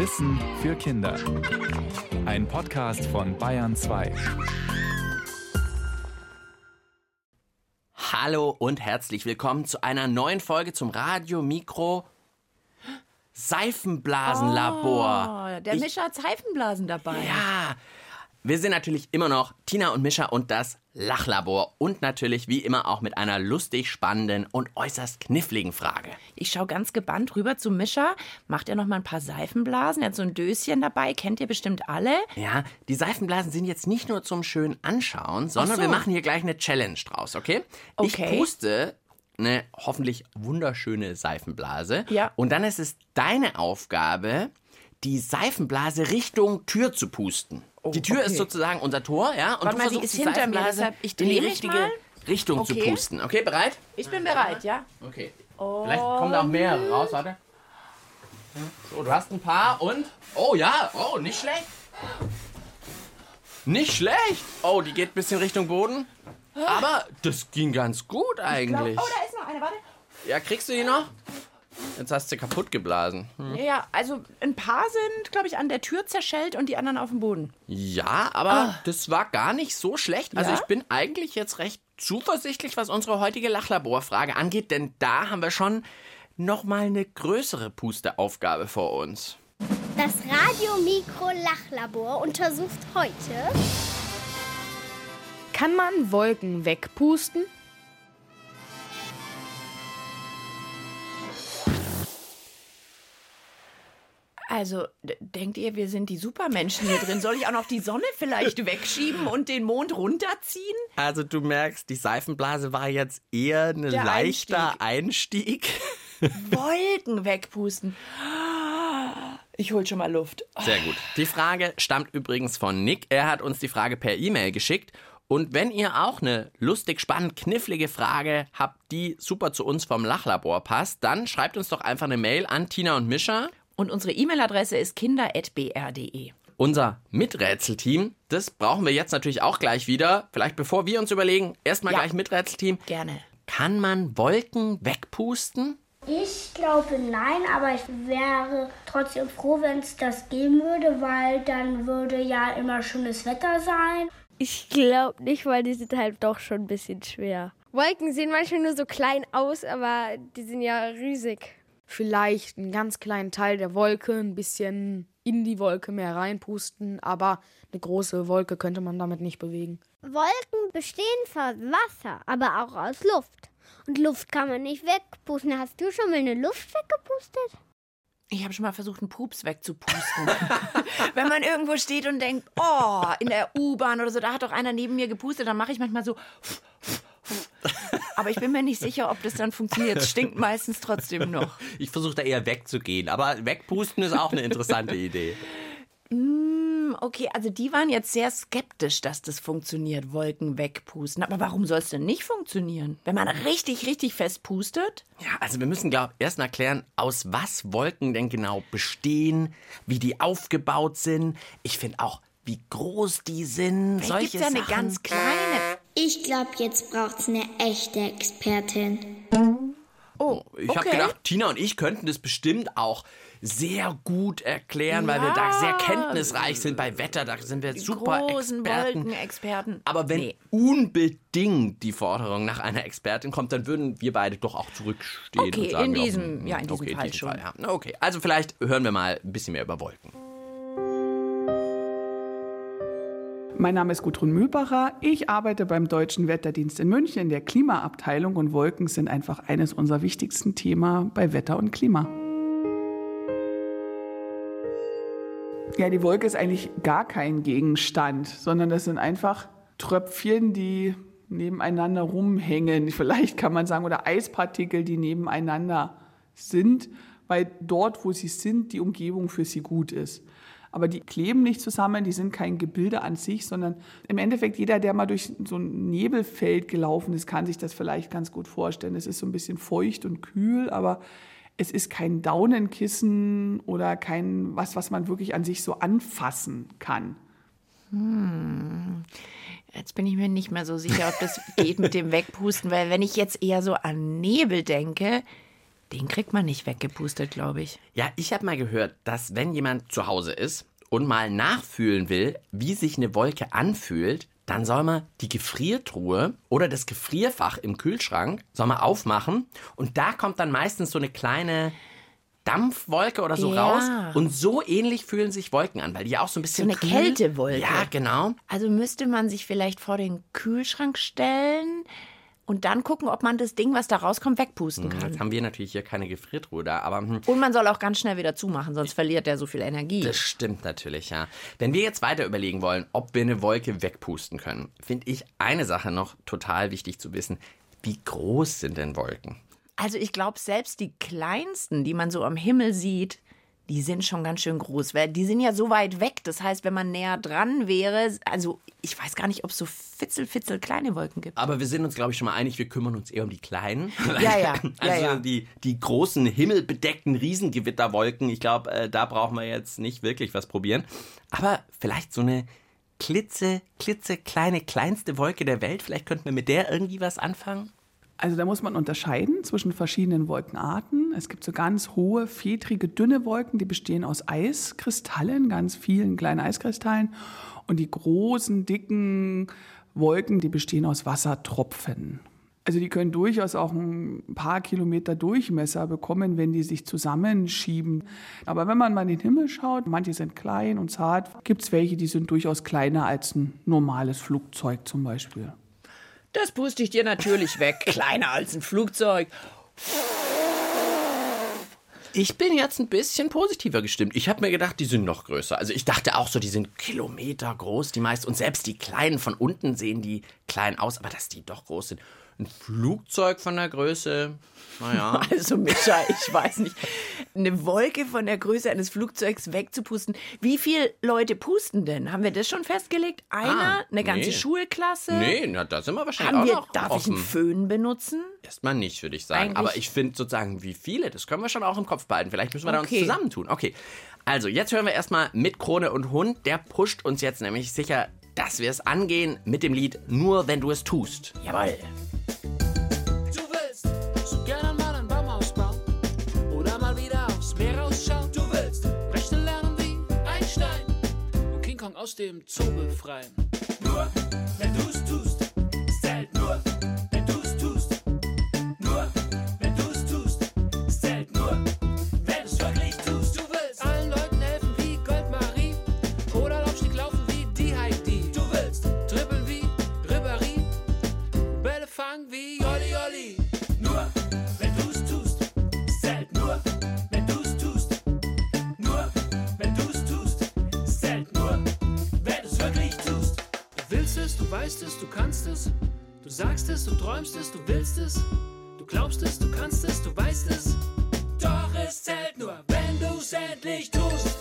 Wissen für Kinder. Ein Podcast von Bayern 2. Hallo und herzlich willkommen zu einer neuen Folge zum Radio-Mikro Seifenblasenlabor. Oh, der Mischa hat Seifenblasen dabei. Ja, wir sind natürlich immer noch Tina und Mischa und das Lachlabor. Und natürlich wie immer auch mit einer lustig spannenden und äußerst kniffligen Frage. Ich schaue ganz gebannt rüber zu Mischa. Macht er noch mal ein paar Seifenblasen? Er hat so ein Döschen dabei. Kennt ihr bestimmt alle. Ja, die Seifenblasen sind jetzt nicht nur zum schönen Anschauen, sondern wir machen hier gleich eine Challenge draus, okay? Ich puste eine hoffentlich wunderschöne Seifenblase. Ja. Und dann ist es deine Aufgabe, die Seifenblase Richtung Tür zu pusten. Die Tür ist sozusagen unser Tor, ja? Und Warte du mal, die versuchst ist die hinter mir, Seifenblase deshalb ich in die drehe mich richtige mal. Richtung zu pusten. Okay, bereit? Ich bin bereit, ja? Okay. Vielleicht kommen da auch mehrere raus, warte. So, du hast ein paar und... Oh ja, oh, nicht schlecht. Nicht schlecht. Oh, die geht ein bisschen Richtung Boden. Aber das ging ganz gut eigentlich. Oh, da ist noch eine, warte. Ja, kriegst du die noch? Jetzt hast du kaputt geblasen. Ja, also ein paar sind, glaube ich, an der Tür zerschellt und die anderen auf dem Boden. Ja, aber das war gar nicht so schlecht. Also Ja? ich bin eigentlich jetzt recht zuversichtlich, was unsere heutige Lachlaborfrage angeht, denn da haben wir schon noch mal eine größere Pusteaufgabe vor uns. Das Radio-Mikro-Lachlabor untersucht heute: Kann man Wolken wegpusten? Also, denkt ihr, wir sind die Supermenschen hier drin? Soll ich auch noch die Sonne vielleicht wegschieben und den Mond runterziehen? Also du merkst, die Seifenblase war jetzt eher ein Der leichter Einstieg. Wolken wegpusten. Ich hol schon mal Luft. Sehr gut. Die Frage stammt übrigens von Nick. Er hat uns die Frage per E-Mail geschickt. Und wenn ihr auch eine lustig, spannend, knifflige Frage habt, die super zu uns vom Lachlabor passt, dann schreibt uns doch einfach eine Mail an Tina und Mischa. Und unsere E-Mail-Adresse ist kinder@br.de. Unser Miträtselteam, das brauchen wir jetzt natürlich auch gleich wieder. Vielleicht bevor wir uns überlegen, erstmal gleich Miträtselteam. Gerne. Kann man Wolken wegpusten? Ich glaube nein, aber ich wäre trotzdem froh, wenn es das geben würde, weil dann würde ja immer schönes Wetter sein. Ich glaube nicht, weil die sind halt doch schon ein bisschen schwer. Wolken sehen manchmal nur so klein aus, aber die sind ja riesig. Vielleicht einen ganz kleinen Teil der Wolke, ein bisschen in die Wolke mehr reinpusten, aber eine große Wolke könnte man damit nicht bewegen. Wolken bestehen von Wasser, aber auch aus Luft. Und Luft kann man nicht wegpusten. Hast du schon mal eine Luft weggepustet? Ich habe schon mal versucht, einen Pups wegzupusten. Wenn man irgendwo steht und denkt, oh, in der U-Bahn oder so, da hat doch einer neben mir gepustet, dann mache ich manchmal so. Aber ich bin mir nicht sicher, ob das dann funktioniert. Es stinkt meistens trotzdem noch. Ich versuche da eher wegzugehen, aber wegpusten ist auch eine interessante Idee. Okay, also die waren jetzt sehr skeptisch, dass das funktioniert, Wolken wegpusten. Aber warum soll es denn nicht funktionieren? Wenn man richtig, richtig fest pustet? Ja, also wir müssen, glaube ich, erst mal erklären, aus was Wolken denn genau bestehen, wie die aufgebaut sind. Ich finde auch, wie groß die sind. Vielleicht Solche gibt's ja eine Sachen. ganz kleine. Ich glaube, jetzt braucht's eine echte Expertin. Oh, Ich habe gedacht, Tina und ich könnten das bestimmt auch sehr gut erklären, weil wir da sehr kenntnisreich sind bei Wetter. Da sind wir super großen Experten. Wolkenexperten. Aber wenn unbedingt die Forderung nach einer Expertin kommt, dann würden wir beide doch auch zurückstehen Okay, und sagen, in diesem Fall schon. Ja. Okay, also vielleicht hören wir mal ein bisschen mehr über Wolken. Mein Name ist Gudrun Mühlbacher. Ich arbeite beim Deutschen Wetterdienst in München in der Klimaabteilung und Wolken sind einfach eines unserer wichtigsten Themen bei Wetter und Klima. Ja, die Wolke ist eigentlich gar kein Gegenstand, sondern das sind einfach Tröpfchen, die nebeneinander rumhängen. Vielleicht kann man sagen, oder Eispartikel, die nebeneinander sind, weil dort, wo sie sind, die Umgebung für sie gut ist. Aber die kleben nicht zusammen, die sind kein Gebilde an sich, sondern im Endeffekt jeder, der mal durch so ein Nebelfeld gelaufen ist, kann sich das vielleicht ganz gut vorstellen. Es ist so ein bisschen feucht und kühl, aber es ist kein Daunenkissen oder kein was man wirklich an sich so anfassen kann. Jetzt bin ich mir nicht mehr so sicher, ob das geht mit dem Wegpusten, weil wenn ich jetzt eher so an Nebel denke, Den kriegt man nicht weggepustet, glaube ich. Ja, ich habe mal gehört, dass wenn jemand zu Hause ist und mal nachfühlen will, wie sich eine Wolke anfühlt, dann soll man die Gefriertruhe oder das Gefrierfach im Kühlschrank soll man aufmachen und da kommt dann meistens so eine kleine Dampfwolke oder so Ja. raus und so ähnlich fühlen sich Wolken an, weil die ja auch so ein bisschen So eine Kältewolke. Ja, genau. Also müsste man sich vielleicht vor den Kühlschrank stellen und dann gucken, ob man das Ding, was da rauskommt, wegpusten kann. Jetzt haben wir natürlich hier keine Gefriertruhe da, aber Und man soll auch ganz schnell wieder zumachen, sonst verliert der so viel Energie. das stimmt natürlich, ja. Wenn wir jetzt weiter überlegen wollen, ob wir eine Wolke wegpusten können, finde ich eine Sache noch total wichtig zu wissen. Wie groß sind denn Wolken? Also ich glaube, selbst die kleinsten, die man so am Himmel sieht, die sind schon ganz schön groß, weil die sind ja so weit weg. Das heißt, wenn man näher dran wäre, also ich weiß gar nicht, ob es so fitzel kleine Wolken gibt. Aber wir sind uns, glaube ich, schon mal einig, wir kümmern uns eher um die kleinen. Ja. Also die großen, himmelbedeckten Riesengewitterwolken, ich glaube, da brauchen wir jetzt nicht wirklich was probieren. Aber vielleicht so eine klitzekleine, kleinste Wolke der Welt, vielleicht könnten wir mit der irgendwie was anfangen? Also da muss man unterscheiden zwischen verschiedenen Wolkenarten. Es gibt so ganz hohe, fedrige, dünne Wolken, die bestehen aus Eiskristallen, ganz vielen kleinen Eiskristallen. Und die großen, dicken Wolken, die bestehen aus Wassertropfen. Also die können durchaus auch ein paar Kilometer Durchmesser bekommen, wenn die sich zusammenschieben. Aber wenn man mal in den Himmel schaut, manche sind klein und zart, gibt es welche, die sind durchaus kleiner als ein normales Flugzeug zum Beispiel. Das puste ich dir natürlich weg. Kleiner als ein Flugzeug. Ich bin jetzt ein bisschen positiver gestimmt. Ich habe mir gedacht, die sind noch größer. Also ich dachte auch so, die sind Kilometer groß, die meisten. Und selbst die Kleinen von unten sehen die klein aus, aber dass die doch groß sind. Ein Flugzeug von der Größe, naja. Also Micha, ich weiß nicht, eine Wolke von der Größe eines Flugzeugs wegzupusten. Wie viele Leute pusten denn? Haben wir das schon festgelegt? Einer? Eine ganze nee. Schulklasse? Nee, na, da sind wir wahrscheinlich Haben auch wir, noch darf ich einen offen. Föhn benutzen? Erstmal nicht, würde ich sagen. Eigentlich- Aber ich finde sozusagen, wie viele, das können wir schon auch im Kopf behalten. Vielleicht müssen wir da uns Okay. zusammentun. Okay, also jetzt hören wir erstmal mit Krone und Hund. Der pusht uns jetzt nämlich sicher, dass wir es angehen mit dem Lied Nur wenn du es tust. Jawohl. Du willst so gerne mal ein Baumhaus bauen oder mal wieder aufs Meer rausschauen. Du willst Rechte lernen wie Einstein und King Kong aus dem Zoo befreien. Nur wenn du es tust, zählt nur, wenn du es tust. Nur wenn du es tust, zählt nur, wenn du es wirklich tust. Du willst allen Leuten helfen wie Goldmarie oder Laufsteg laufen wie die Heidi. Du willst dribbeln wie Ribéry, Bälle fangen wie Olli Olli. Nur wenn du es tust, zählt nur, wenn du es tust. Nur wenn du es tust, zählt nur, wenn du es wirklich tust. Du willst es, du weißt es, du kannst es. Du sagst es, du träumst es, du willst es. Du glaubst es, du kannst es, du weißt es. Doch es zählt nur, wenn du es endlich tust.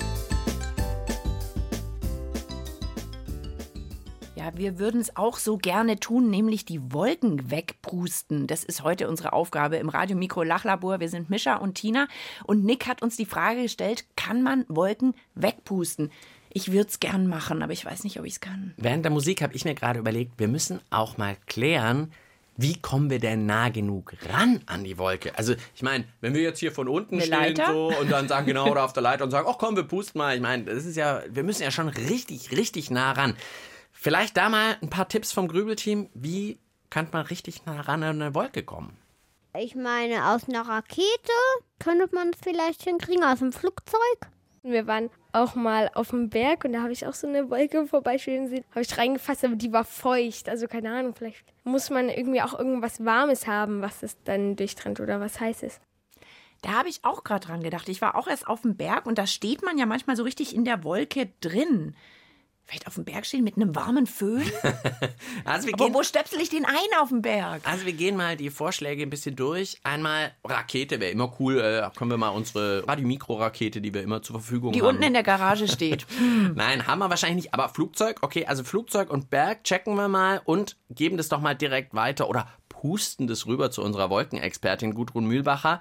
Ja, wir würden es auch so gerne tun, nämlich die Wolken wegpusten. Das ist heute unsere Aufgabe im Radio-Mikro-Lachlabor. Wir sind Mischa und Tina und Nick hat uns die Frage gestellt, kann man Wolken wegpusten? Ich würde es gern machen, aber ich weiß nicht, ob ich es kann. Während der Musik habe ich mir gerade überlegt, wir müssen auch mal klären, wie kommen wir denn nah genug ran an die Wolke? Also ich meine, wenn wir jetzt hier von unten Eine stehen Leiter? so und dann sagen, genau, oder auf der Leiter und sagen, ach komm, wir pusten mal. Ich meine, das ist ja, wir müssen ja schon richtig nah ran. Vielleicht da mal ein paar Tipps vom Grübelteam. Wie kann man richtig nah ran an eine Wolke kommen? Ich meine, aus einer Rakete könnte man es vielleicht hinkriegen, aus einem Flugzeug. Wir waren auch mal auf dem Berg und da habe ich auch so eine Wolke vorbeischweben sehen. Habe ich reingefasst, aber die war feucht. Also keine Ahnung, vielleicht muss man irgendwie auch irgendwas Warmes haben, was es dann durchtrennt oder was Heißes. Da habe ich auch gerade dran gedacht. Ich war auch erst auf dem Berg und da steht man ja manchmal so richtig in der Wolke drin. Vielleicht auf dem Berg stehen mit einem warmen Föhn? Also wir Aber gehen, wo stöpsel ich den ein auf dem Berg? wir gehen mal die Vorschläge ein bisschen durch. Einmal Rakete wäre immer cool. Können wir mal unsere Radio-Mikro-Rakete, die wir immer zur Verfügung Die haben. unten in der Garage steht. Nein, haben wir wahrscheinlich nicht. Aber Flugzeug, okay, also Flugzeug und Berg checken wir mal und geben das doch mal direkt weiter oder pusten das rüber zu unserer Wolkenexpertin Gudrun Mühlbacher.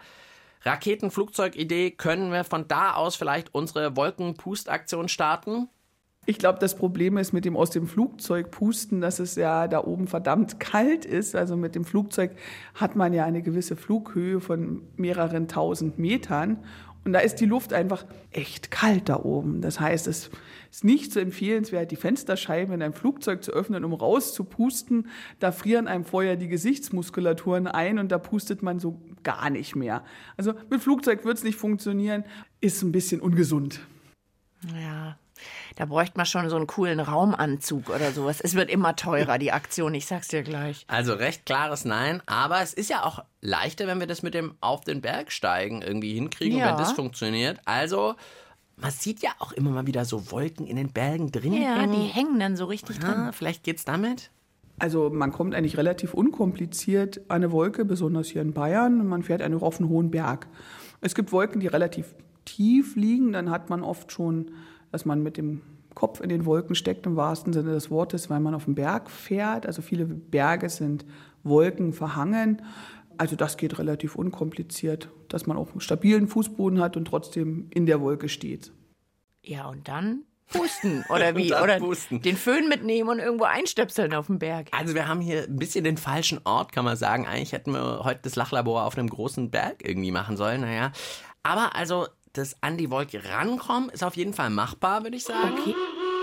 Raketen-Flugzeug-Idee, können wir von da aus vielleicht unsere Wolkenpustaktion starten? Ich glaube, das Problem ist mit dem aus dem Flugzeug pusten, dass es ja da oben verdammt kalt ist. Also mit dem Flugzeug hat man ja eine gewisse Flughöhe von mehreren tausend Metern. Und da ist die Luft einfach echt kalt da oben. Das heißt, es ist nicht so empfehlenswert, die Fensterscheiben in einem Flugzeug zu öffnen, um rauszupusten. Da frieren einem vorher die Gesichtsmuskulaturen ein und da pustet man so gar nicht mehr. Also mit Flugzeug wird es nicht funktionieren, ist ein bisschen ungesund. Ja, da bräuchte man schon so einen coolen Raumanzug oder sowas. Es wird immer teurer, die Aktion, ich sag's dir gleich. Also recht klares Nein, aber es ist ja auch leichter, wenn wir das mit dem auf den Berg steigen irgendwie hinkriegen, Ja. wenn das funktioniert. Also man sieht ja auch immer mal wieder so Wolken in den Bergen drin. Ja, die hängen dann so richtig drin. Vielleicht geht's damit? Also man kommt eigentlich relativ unkompliziert an eine Wolke, besonders hier in Bayern. Man fährt einfach auf einen hohen Berg. Es gibt Wolken, die relativ tief liegen. Dann hat man oft schon, dass man mit dem Kopf in den Wolken steckt, im wahrsten Sinne des Wortes, weil man auf den Berg fährt. Also viele Berge sind Wolken verhangen. Also das geht relativ unkompliziert, dass man auch einen stabilen Fußboden hat und trotzdem in der Wolke steht. Ja, und dann pusten, oder wie? Und dann Oder pusten. den Föhn mitnehmen und irgendwo einstöpseln auf dem Berg. Also wir haben hier ein bisschen den falschen Ort, kann man sagen. Eigentlich hätten wir heute das Lachlabor auf einem großen Berg irgendwie machen sollen. Naja, aber also das an die Wolke rankommen ist auf jeden Fall machbar, würde ich sagen. Okay.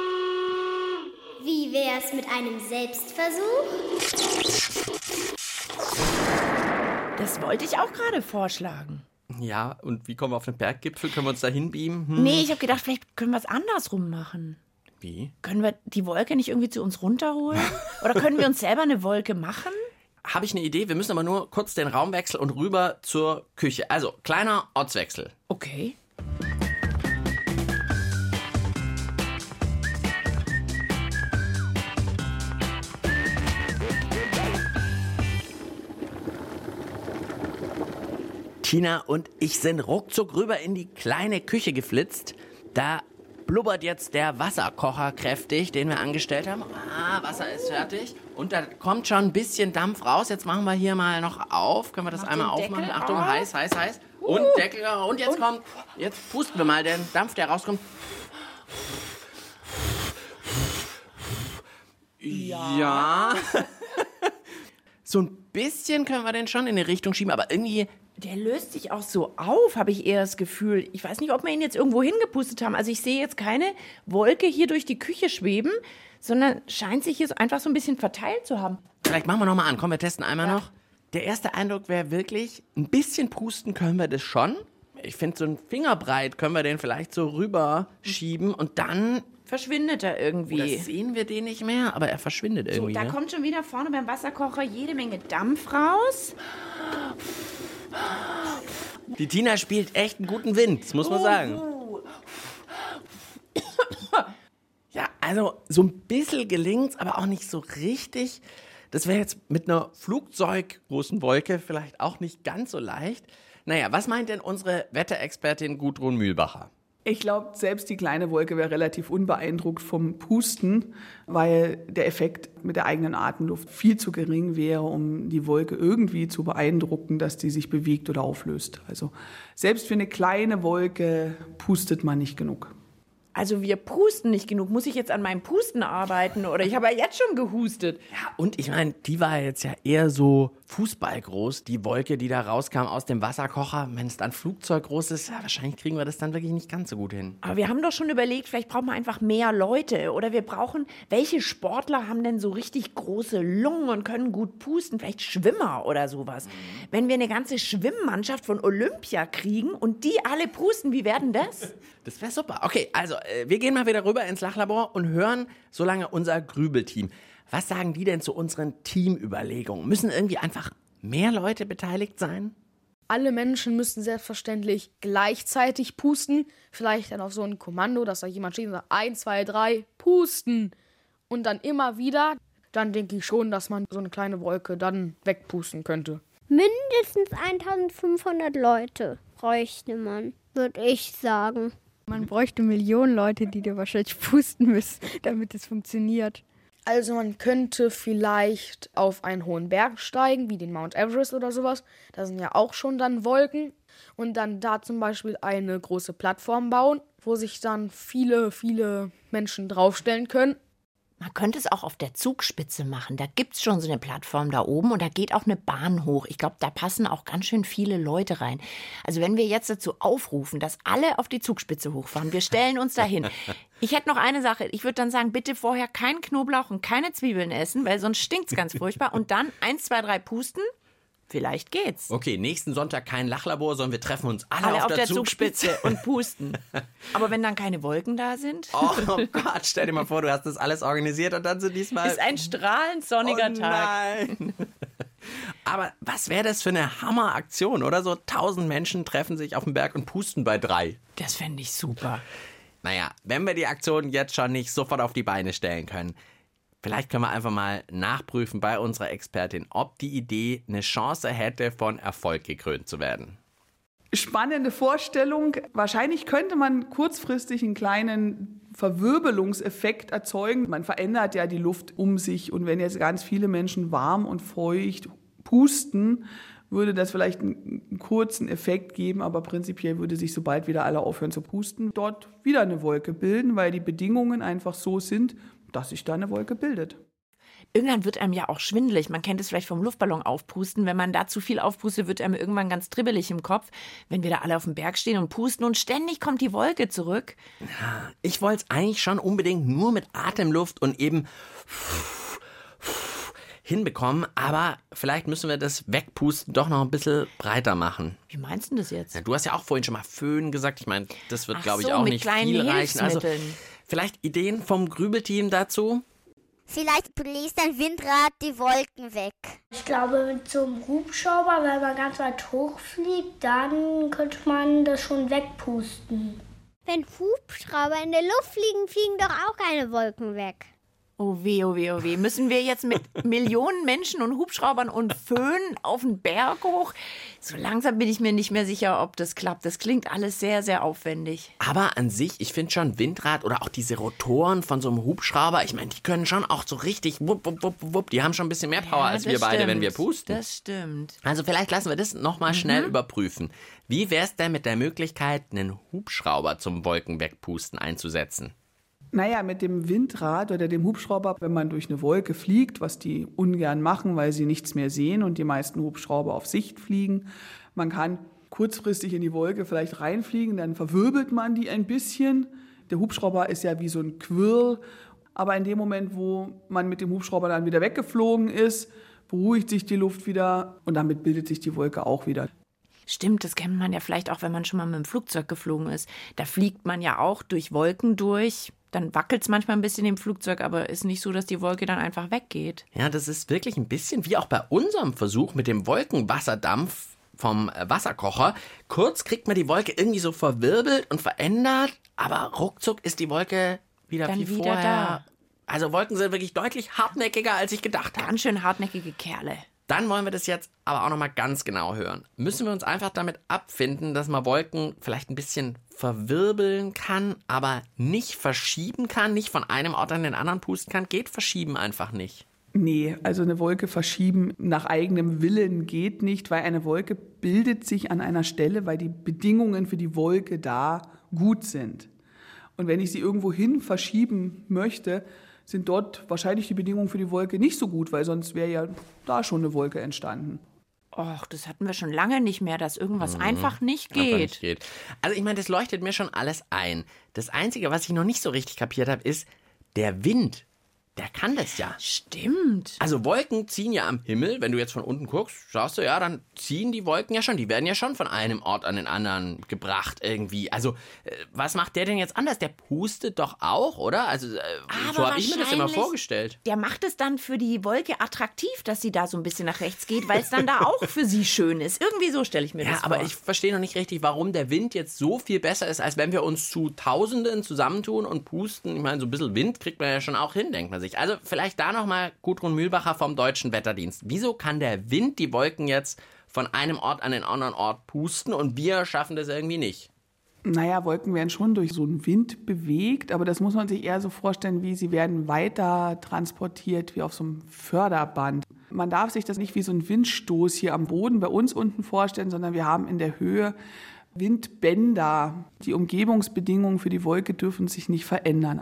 Wie wär's mit einem Selbstversuch? Das wollte ich auch gerade vorschlagen. Ja, und wie kommen wir auf den Berggipfel? Können wir uns da hinbeamen? Nee, ich habe gedacht, vielleicht können wir es andersrum machen. Wie? Können wir die Wolke nicht irgendwie zu uns runterholen? Oder können wir uns selber eine Wolke machen? Habe ich eine Idee. Wir müssen aber nur kurz den Raum wechseln und rüber zur Küche. Also, kleiner Ortswechsel. Okay. Tina und ich sind ruckzuck rüber in die kleine Küche geflitzt. Da blubbert jetzt der Wasserkocher kräftig, den wir angestellt haben. Wasser ist fertig. Und da kommt schon ein bisschen Dampf raus. Jetzt machen wir hier mal noch auf. Können wir das einmal den aufmachen? Deckel Achtung, auf. heiß. Und Deckel. Und jetzt kommt, jetzt pusten wir mal den Dampf, der rauskommt. Ja. So ein bisschen können wir den schon in die Richtung schieben, aber irgendwie... Der löst sich auch so auf, habe ich eher das Gefühl. Ich weiß nicht, ob wir ihn jetzt irgendwo hingepustet haben. Also ich sehe jetzt keine Wolke hier durch die Küche schweben, sondern scheint sich hier so einfach so ein bisschen verteilt zu haben. Vielleicht machen wir noch mal an. Komm, wir testen einmal noch. Der erste Eindruck wäre wirklich, ein bisschen pusten können wir das schon. Ich finde, so ein Fingerbreit können wir den vielleicht so rüberschieben und dann... Verschwindet er irgendwie. Das sehen wir den nicht mehr, aber er verschwindet So, irgendwie. da ne? kommt schon wieder vorne beim Wasserkocher jede Menge Dampf raus. Die Tina spielt echt einen guten Wind, das muss man sagen. Ja, also so ein bisschen gelingt's, aber auch nicht so richtig. Das wäre jetzt mit einer flugzeuggroßen Wolke vielleicht auch nicht ganz so leicht. Naja, was meint denn unsere Wetterexpertin Gudrun Mühlbacher? Ich glaube, selbst die kleine Wolke wäre relativ unbeeindruckt vom Pusten, weil der Effekt mit der eigenen Atemluft viel zu gering wäre, um die Wolke irgendwie zu beeindrucken, dass die sich bewegt oder auflöst. Also selbst für eine kleine Wolke pustet man nicht genug. Also wir pusten nicht genug. Muss ich jetzt an meinem Pusten arbeiten? Oder ich habe ja jetzt schon gehustet. Ja, und ich meine, die war jetzt ja eher so fußballgroß, die Wolke, die da rauskam aus dem Wasserkocher. Wenn es dann Flugzeug groß ist, ja, wahrscheinlich kriegen wir das dann wirklich nicht ganz so gut hin. Aber wir haben doch schon überlegt, vielleicht brauchen wir einfach mehr Leute. Oder wir brauchen, welche Sportler haben denn so richtig große Lungen und können gut pusten? Vielleicht Schwimmer oder sowas. Wenn wir eine ganze Schwimmmannschaft von Olympia kriegen und die alle pusten, wie werden das? Das wäre super. Okay, also wir gehen mal wieder rüber ins Lachlabor und hören so lange unser Grübelteam. Was sagen die denn zu unseren Teamüberlegungen? Müssen irgendwie einfach mehr Leute beteiligt sein? Alle Menschen müssen selbstverständlich gleichzeitig pusten. Vielleicht dann auf so ein Kommando, dass da jemand steht und sagt, 1, 2, 3, pusten. Und dann immer wieder. Dann denke ich schon, dass man so eine kleine Wolke dann wegpusten könnte. Mindestens 1500 Leute bräuchte man, würde ich sagen. Man bräuchte Millionen Leute, die dir wahrscheinlich pusten müssen, damit es funktioniert. Also man könnte vielleicht auf einen hohen Berg steigen, wie den Mount Everest oder sowas. Da sind ja auch schon dann Wolken. Und dann da zum Beispiel eine große Plattform bauen, wo sich dann viele Menschen draufstellen können. Man könnte es auch auf der Zugspitze machen. Da gibt es schon so eine Plattform da oben und da geht auch eine Bahn hoch. Ich glaube, da passen auch ganz schön viele Leute rein. Also wenn wir jetzt dazu aufrufen, dass alle auf die Zugspitze hochfahren, wir stellen uns da hin. Ich hätte noch eine Sache. Ich würde dann sagen, bitte vorher keinen Knoblauch und keine Zwiebeln essen, weil sonst stinkt es ganz furchtbar. Und dann 1, 2, 3 pusten. Vielleicht geht's. Okay, nächsten Sonntag kein Lachlabor, sondern wir treffen uns alle auf der Zugspitze und pusten. Aber wenn dann keine Wolken da sind? Oh Gott, stell dir mal vor, du hast das alles organisiert und dann sind diesmal... Ist ein strahlend sonniger Tag. Nein. Aber was wäre das für eine Hammeraktion, oder? So 1000 Menschen treffen sich auf dem Berg und pusten bei 3. Das fände ich super. Naja, wenn wir die Aktion jetzt schon nicht sofort auf die Beine stellen können, vielleicht können wir einfach mal nachprüfen bei unserer Expertin, ob die Idee eine Chance hätte, von Erfolg gekrönt zu werden. Spannende Vorstellung. Wahrscheinlich könnte man kurzfristig einen kleinen Verwirbelungseffekt erzeugen. Man verändert ja die Luft um sich und wenn jetzt ganz viele Menschen warm und feucht pusten, würde das vielleicht einen kurzen Effekt geben, aber prinzipiell würde sich, sobald wieder alle aufhören zu pusten, dort wieder eine Wolke bilden, weil die Bedingungen einfach so sind, dass sich da eine Wolke bildet. Irgendwann wird einem ja auch schwindelig. Man kennt es vielleicht vom Luftballon aufpusten. Wenn man da zu viel aufpustet, wird einem irgendwann ganz dribbelig im Kopf. Wenn wir da alle auf dem Berg stehen und pusten und ständig kommt die Wolke zurück. Ich wollte es eigentlich schon unbedingt nur mit Atemluft und eben hinbekommen, aber vielleicht müssen wir das Wegpusten doch noch ein bisschen breiter machen. Wie meinst du das jetzt? Ja, du hast ja auch vorhin schon mal Föhn gesagt. Ich meine, das wird, glaube ich, auch mit nicht kleinen viel reichen. Also Hilfsmitteln. vielleicht Ideen vom Grübelteam dazu? Vielleicht bläst ein Windrad die Wolken weg. Ich glaube, mit so einem Hubschrauber, wenn man ganz weit hochfliegt, dann könnte man das schon wegpusten. Wenn Hubschrauber in der Luft fliegen, fliegen doch auch keine Wolken weg. Oh weh, oh weh, oh weh. Müssen wir jetzt mit Millionen Menschen und Hubschraubern und Föhn auf den Berg hoch? So langsam bin ich mir nicht mehr sicher, ob das klappt. Das klingt alles sehr, sehr aufwendig. Aber an sich, ich finde schon Windrad oder auch diese Rotoren von so einem Hubschrauber, ich meine, die können schon auch so richtig wupp, wupp, wupp, wupp. Die haben schon ein bisschen mehr Power als wir beide, wenn wir pusten. Das stimmt. Also vielleicht lassen wir das nochmal schnell überprüfen. Wie wäre es denn mit der Möglichkeit, einen Hubschrauber zum Wolkenwegpusten einzusetzen? Naja, mit dem Windrad oder dem Hubschrauber, wenn man durch eine Wolke fliegt, was die ungern machen, weil sie nichts mehr sehen und die meisten Hubschrauber auf Sicht fliegen. Man kann kurzfristig in die Wolke vielleicht reinfliegen, dann verwirbelt man die ein bisschen. Der Hubschrauber ist ja wie so ein Quirl, aber in dem Moment, wo man mit dem Hubschrauber dann wieder weggeflogen ist, beruhigt sich die Luft wieder und damit bildet sich die Wolke auch wieder. Stimmt, das kennt man ja vielleicht auch, wenn man schon mal mit dem Flugzeug geflogen ist. Da fliegt man ja auch durch Wolken durch. Dann wackelt es manchmal ein bisschen im Flugzeug, aber ist nicht so, dass die Wolke dann einfach weggeht. Ja, das ist wirklich ein bisschen wie auch bei unserem Versuch mit dem Wolkenwasserdampf vom Wasserkocher. Kurz kriegt man die Wolke irgendwie so verwirbelt und verändert, aber ruckzuck ist die Wolke wieder Dann wie wieder vorher. da. Also Wolken sind wirklich deutlich hartnäckiger, als ich gedacht habe. Ganz schön hartnäckige Kerle. Dann wollen wir das jetzt aber auch nochmal ganz genau hören. Müssen wir uns einfach damit abfinden, dass man Wolken vielleicht ein bisschen verwirbeln kann, aber nicht verschieben kann, nicht von einem Ort an den anderen pusten kann? Geht Verschieben einfach nicht? Nee, also eine Wolke verschieben nach eigenem Willen geht nicht, weil eine Wolke bildet sich an einer Stelle, weil die Bedingungen für die Wolke da gut sind. Und wenn ich sie irgendwo hin verschieben möchte, sind dort wahrscheinlich die Bedingungen für die Wolke nicht so gut, weil sonst wäre ja da schon eine Wolke entstanden. Och, das hatten wir schon lange nicht mehr, dass irgendwas einfach nicht geht. Also ich meine, das leuchtet mir schon alles ein. Das Einzige, was ich noch nicht so richtig kapiert habe, ist, der Wind, der kann das ja. Stimmt. Also Wolken ziehen ja am Himmel, wenn du jetzt von unten guckst, schaust du, ja, dann ziehen die Wolken ja schon, die werden ja schon von einem Ort an den anderen gebracht irgendwie. Also was macht der denn jetzt anders? Der pustet doch auch, oder? Also so habe ich mir das immer vorgestellt. Der macht es dann für die Wolke attraktiv, dass sie da so ein bisschen nach rechts geht, weil es dann da auch für sie schön ist. Irgendwie so stelle ich mir das vor. Ja, aber ich verstehe noch nicht richtig, warum der Wind jetzt so viel besser ist, als wenn wir uns zu Tausenden zusammentun und pusten. Ich meine, so ein bisschen Wind kriegt man ja schon auch hin, denkt man sich. Also vielleicht da nochmal Gudrun Mühlbacher vom Deutschen Wetterdienst. Wieso kann der Wind die Wolken jetzt von einem Ort an den anderen Ort pusten und wir schaffen das irgendwie nicht? Naja, Wolken werden schon durch so einen Wind bewegt, aber das muss man sich eher so vorstellen, wie sie werden weiter transportiert, wie auf so einem Förderband. Man darf sich das nicht wie so ein Windstoß hier am Boden bei uns unten vorstellen, sondern wir haben in der Höhe Windbänder. Die Umgebungsbedingungen für die Wolke dürfen sich nicht verändern.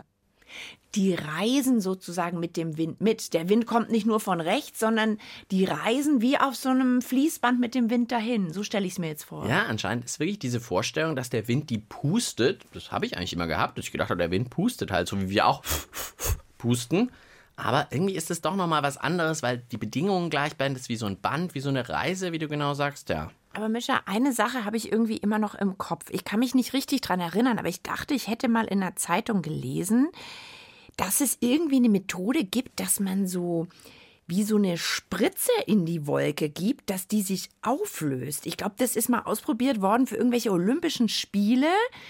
Die reisen sozusagen mit dem Wind mit. Der Wind kommt nicht nur von rechts, sondern die reisen wie auf so einem Fließband mit dem Wind dahin. So stelle ich es mir jetzt vor. Ja, anscheinend ist wirklich diese Vorstellung, dass der Wind die pustet. Das habe ich eigentlich immer gehabt, dass ich gedacht habe, der Wind pustet halt, so wie wir auch pusten. Aber irgendwie ist es doch nochmal was anderes, weil die Bedingungen gleich bleiben. Das ist wie so ein Band, wie so eine Reise, wie du genau sagst, ja. Aber Mischa, eine Sache habe ich irgendwie immer noch im Kopf. Ich kann mich nicht richtig dran erinnern, aber ich dachte, ich hätte mal in einer Zeitung gelesen, dass es irgendwie eine Methode gibt, dass man so wie so eine Spritze in die Wolke gibt, dass die sich auflöst. Ich glaube, das ist mal ausprobiert worden für irgendwelche Olympischen Spiele.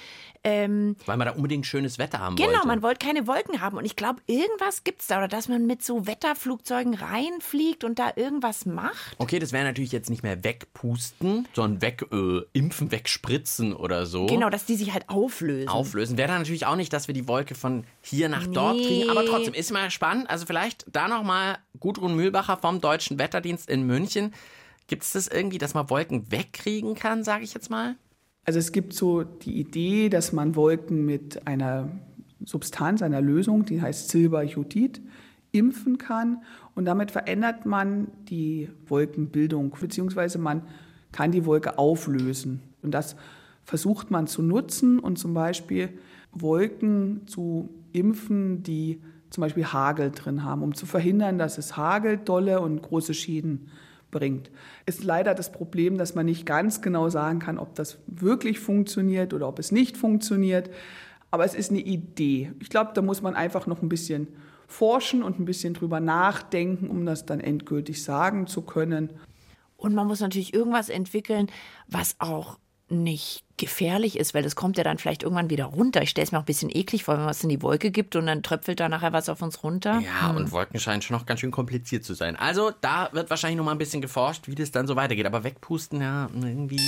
Weil man da unbedingt schönes Wetter haben wollte. Genau, man wollte keine Wolken haben. Und ich glaube, irgendwas gibt es da. Oder dass man mit so Wetterflugzeugen reinfliegt und da irgendwas macht. Okay, das wäre natürlich jetzt nicht mehr wegpusten, sondern wegimpfen, wegspritzen oder so. Genau, dass die sich halt auflösen. Auflösen. Wäre dann natürlich auch nicht, dass wir die Wolke von hier nach dort kriegen. Aber trotzdem, ist mal spannend. Also vielleicht da nochmal Gudrun Mühlbacher vom Deutschen Wetterdienst in München. Gibt es das irgendwie, dass man Wolken wegkriegen kann, sage ich jetzt mal? Also es gibt so die Idee, dass man Wolken mit einer Substanz, einer Lösung, die heißt Silberjodid, impfen kann. Und damit verändert man die Wolkenbildung, beziehungsweise man kann die Wolke auflösen. Und das versucht man zu nutzen und zum Beispiel Wolken zu impfen, die zum Beispiel Hagel drin haben, um zu verhindern, dass es hagelt, dolle und große Schäden bringt. Ist leider das Problem, dass man nicht ganz genau sagen kann, ob das wirklich funktioniert oder ob es nicht funktioniert. Aber es ist eine Idee. Ich glaube, da muss man einfach noch ein bisschen forschen und ein bisschen drüber nachdenken, um das dann endgültig sagen zu können. Und man muss natürlich irgendwas entwickeln, was auch nicht gefährlich ist, weil das kommt ja dann vielleicht irgendwann wieder runter. Ich stelle es mir auch ein bisschen eklig vor, wenn man es in die Wolke gibt und dann tröpfelt da nachher was auf uns runter. Ja, und Wolken scheinen schon noch ganz schön kompliziert zu sein. Also da wird wahrscheinlich noch mal ein bisschen geforscht, wie das dann so weitergeht. Aber wegpusten, ja, irgendwie...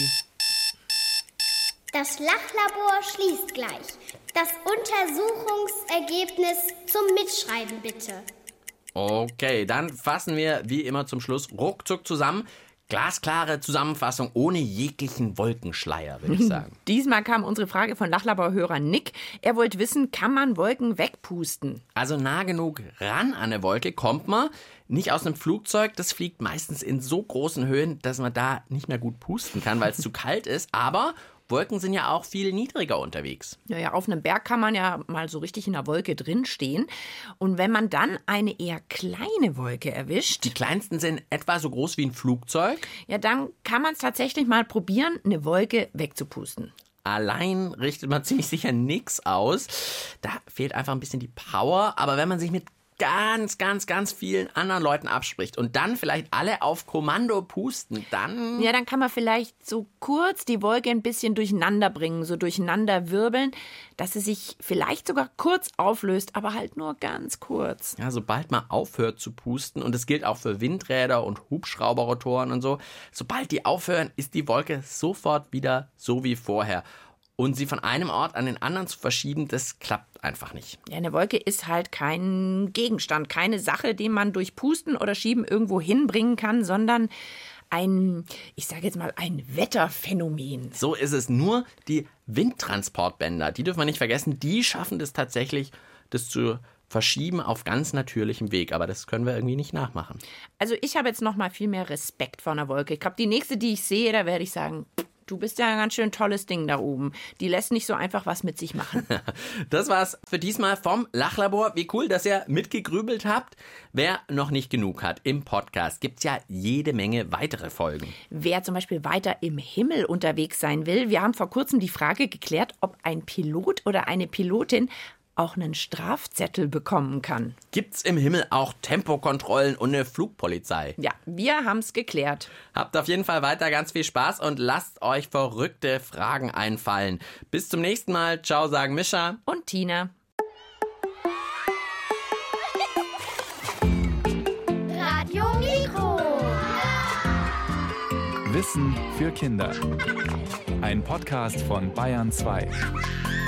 Das Lachlabor schließt gleich. Das Untersuchungsergebnis zum Mitschreiben bitte. Okay, dann fassen wir wie immer zum Schluss ruckzuck zusammen. Glasklare Zusammenfassung ohne jeglichen Wolkenschleier, würde ich sagen. Diesmal kam unsere Frage von Lachlabor-Hörer Nick. Er wollte wissen, kann man Wolken wegpusten? Also nah genug ran an eine Wolke kommt man. Nicht aus einem Flugzeug, das fliegt meistens in so großen Höhen, dass man da nicht mehr gut pusten kann, weil es zu kalt ist. Aber Wolken sind ja auch viel niedriger unterwegs. Ja, auf einem Berg kann man ja mal so richtig in der Wolke drinstehen. Und wenn man dann eine eher kleine Wolke erwischt... Die kleinsten sind etwa so groß wie ein Flugzeug. Ja, dann kann man es tatsächlich mal probieren, eine Wolke wegzupusten. Allein richtet man ziemlich sicher nichts aus. Da fehlt einfach ein bisschen die Power. Aber wenn man sich mit ganz vielen anderen Leuten abspricht und dann vielleicht alle auf Kommando pusten, dann... Ja, dann kann man vielleicht so kurz die Wolke ein bisschen durcheinander bringen, so durcheinander wirbeln, dass sie sich vielleicht sogar kurz auflöst, aber halt nur ganz kurz. Ja, sobald man aufhört zu pusten, und das gilt auch für Windräder und Hubschrauberrotoren und so, sobald die aufhören, ist die Wolke sofort wieder so wie vorher. Und sie von einem Ort an den anderen zu verschieben, das klappt einfach nicht. Ja, eine Wolke ist halt kein Gegenstand, keine Sache, die man durch Pusten oder Schieben irgendwo hinbringen kann, sondern ein Wetterphänomen. So ist es. Nur die Windtransportbänder, die dürfen wir nicht vergessen, die schaffen das tatsächlich, das zu verschieben auf ganz natürlichem Weg. Aber das können wir irgendwie nicht nachmachen. Also ich habe jetzt noch mal viel mehr Respekt vor einer Wolke. Ich glaube, die nächste, die ich sehe, da werde ich sagen... Du bist ja ein ganz schön tolles Ding da oben. Die lässt nicht so einfach was mit sich machen. Das war's für diesmal vom Lachlabor. Wie cool, dass ihr mitgegrübelt habt. Wer noch nicht genug hat, im Podcast gibt's ja jede Menge weitere Folgen. Wer zum Beispiel weiter im Himmel unterwegs sein will, wir haben vor kurzem die Frage geklärt, ob ein Pilot oder eine Pilotin auch einen Strafzettel bekommen kann. Gibt's im Himmel auch Tempokontrollen und eine Flugpolizei? Ja, wir haben's geklärt. Habt auf jeden Fall weiter ganz viel Spaß und lasst euch verrückte Fragen einfallen. Bis zum nächsten Mal. Ciao, sagen Mischa und Tina. Radio Mikro. Wissen für Kinder. Ein Podcast von Bayern 2.